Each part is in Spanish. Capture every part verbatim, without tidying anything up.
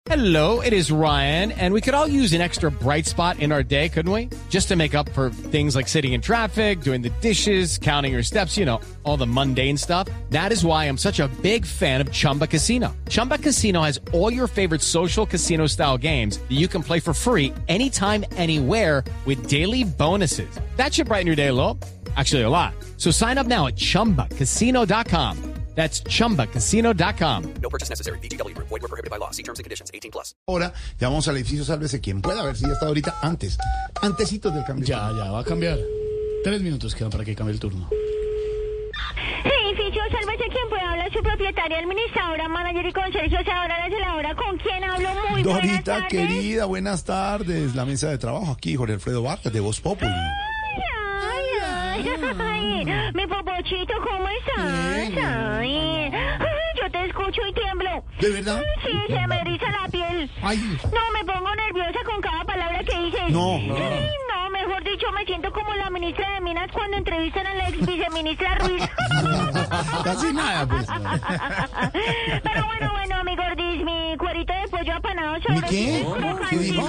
Hello, it is Ryan, and we could all use an extra bright spot in our day, couldn't we? Just to make up for things like sitting in traffic, doing the dishes, counting your steps, you know, all the mundane stuff. That is why I'm such a big fan of Chumba Casino. Chumba Casino has all your favorite social casino-style games that you can play for free anytime, anywhere with daily bonuses. That should brighten your day a little. Actually, a lot. So sign up now at chumba casino dot com. That's chumba casino dot com. No purchase necessary. V G W Group. Void where prohibited by law. See terms and conditions. eighteen plus. Ahora llamamos al edificio Sálvese quien pueda, a ver si ya está ahorita antes, antecitos del cambio. Ya, ya, va a cambiar. Tres minutos quedan para que cambie el turno. Edificio Sálvese quien pueda, habla su propietaria, administradora, manager y conserje, o sea, ahora la celadora, ¿con quién hablo? Muy buenas Dorita, tardes. querida, buenas tardes. La mesa de trabajo aquí, Jorge Alfredo Vargas, de Voz Populi. Ay, ay, ay, mi popochito, ¿cómo estás? Ay, ay, yo te escucho y tiemblo. ¿De verdad? Sí, se me eriza la piel. Ay. No, me pongo nerviosa con cada palabra que dices. No. Ay, no, mejor dicho, me siento como la ministra de Minas cuando entrevistan a la ex viceministra Ruiz. Casi nada, pues. Pero bueno, bueno, mi gordis, mi cuerito de pollo apanado sobre ¿Mi qué? ¿Qué dijo?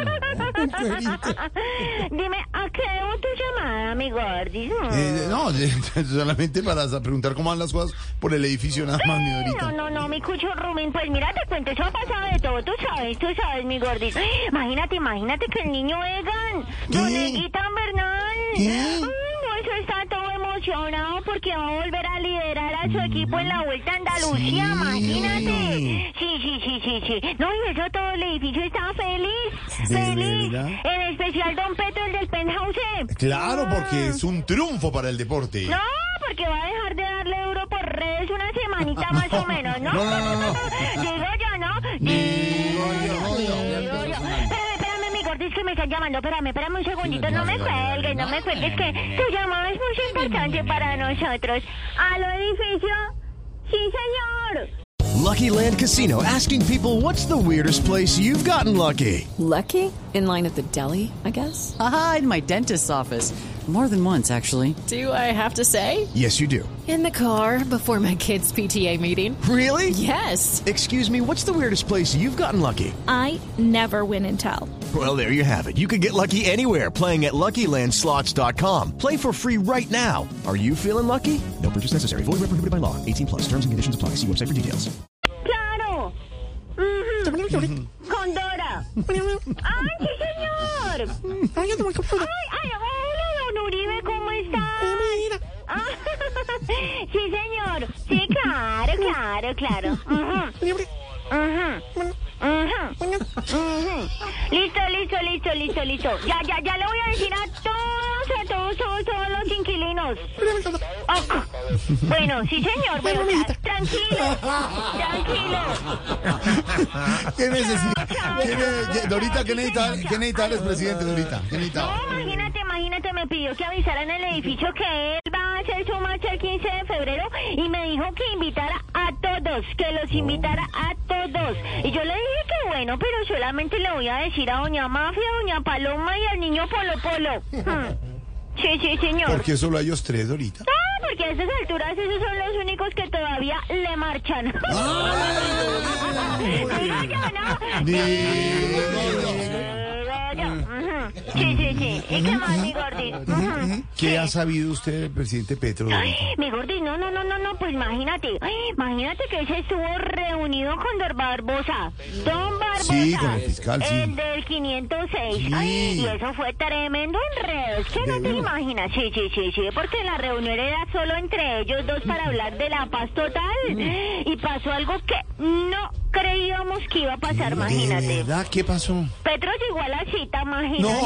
Dime, ¿a qué debo tu llamada, mi gordis? Eh, no, solamente para preguntar cómo van las cosas por el edificio, nada más, mi Dorita. No, no, no, mi cucho Rubén, pues mira, te cuento, eso ha pasado de todo, tú sabes, tú sabes, mi gordis. Imagínate, imagínate que el niño Egan, don Eguitan Bernal, ¿Qué? ay, no, eso está todo emocionado porque va a volver a liderar a su equipo en la Vuelta a Andalucía, Sí. imagínate. Sí, sí, sí, sí, sí. No, y eso todo el edificio está feliz, ¿De feliz. verdad? En especial don Petro, el del penthouse. Claro, porque es un triunfo para el deporte. No, porque va a dejar de darle duro por redes una semanita más o menos, ¿no? No, no, no, no. Digo yo, ¿no? Digo yo, Digo yo. Espérame, espérame, mi gordis, que me están llamando. Espérame, espérame un segundito. No me cuelgues, no me cuelgues, que tu llamada es muy importante para nosotros. ¿Aló, edificio? Sí, señor. Lucky Land Casino, asking people, what's the weirdest place you've gotten lucky? Lucky? In line at the deli, I guess? Aha, in my dentist's office. More than once, actually. Do I have to say? Yes, you do. In the car before my kids' P T A meeting. Really? Yes. Excuse me, what's the weirdest place you've gotten lucky? I never win and tell. Well, there you have it. You can get lucky anywhere, playing at Lucky Land Slots dot com. Play for free right now. Are you feeling lucky? No purchase necessary. Void where prohibited by law. eighteen plus. Terms and conditions apply. See website for details. Claro. Ujú. Con Dora. ¡Ay, sí, señor! ¡Ay, ay, hola, don Uribe, ¿cómo está? Ah, sí, señor. Sí, claro, claro, claro. Ujú. Ujú. Ujú. Ujú. Listo, listo, listo, listo, listo. Ya, ya, ya le voy a decir a todos, a todos, todos, todos los inquilinos. Oh. Bueno, sí, señor. Bueno, tra- tranquilo, tranquilo. ¿Qué necesita? ¿Qué ne- Dorita, ¿qué necesita? ¿Qué necesita el presidente, Dorita? ¿Qué necesita? No, imagínate, imagínate, me pidió que avisara en el edificio que él va a hacer su marcha el quince de febrero y me dijo que invitara a todos, que los invitara a todos. Y yo le dije que bueno, pero solamente le voy a decir a doña Mafia, doña Paloma y al niño Polo Polo. Hmm. Sí, sí, señor. ¿Por qué solo a ellos tres, Dorita? Ah, porque a estas alturas esos son los únicos que todavía le marchan. Digo yo, ¿no? Digo Ujú. Sí, sí, sí. ¿Y qué más, mi gordis? Ujú. ¿Qué ha sabido usted del presidente Petro, Dorita? Ay, mi gordis, no, no, no, no, no, pues imagínate. Ay, imagínate que ese estuvo reunido con Don Barbosa. Don Barbosa. Sí, con el fiscal, sí. El del quinientos seis. Sí. Ay, y eso fue tremendo enredo. Es que no ¿De te verdad? imaginas. Sí, sí, sí, sí, porque la reunión era solo entre ellos dos para hablar de la paz total. Y pasó algo que no creíamos que iba a pasar, imagínate. ¿De verdad? ¿Qué pasó? Petro llegó a la cita, imagínate. No.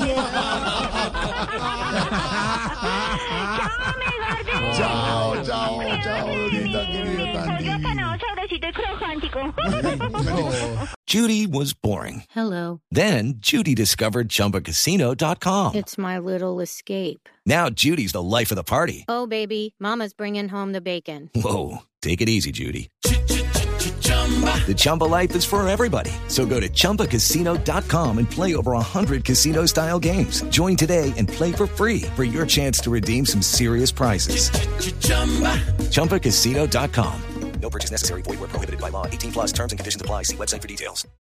Chao, mi gordis. Chao, chao, chao, Dorita, Mi- querida, mi tan pollo divina. apanado, sabrosito y crocantico. Judy was boring. Hello. Then Judy discovered Chumba Casino dot com. It's my little escape. Now Judy's the life of the party. Oh, baby, mama's bringing home the bacon. Whoa, take it easy, Judy. The Chumba life is for everybody. So go to Chumba Casino dot com and play over one hundred casino-style games. Join today and play for free for your chance to redeem some serious prizes. Chumba Casino dot com. No purchase necessary. Void where prohibited by law. eighteen plus terms and conditions apply. See website for details.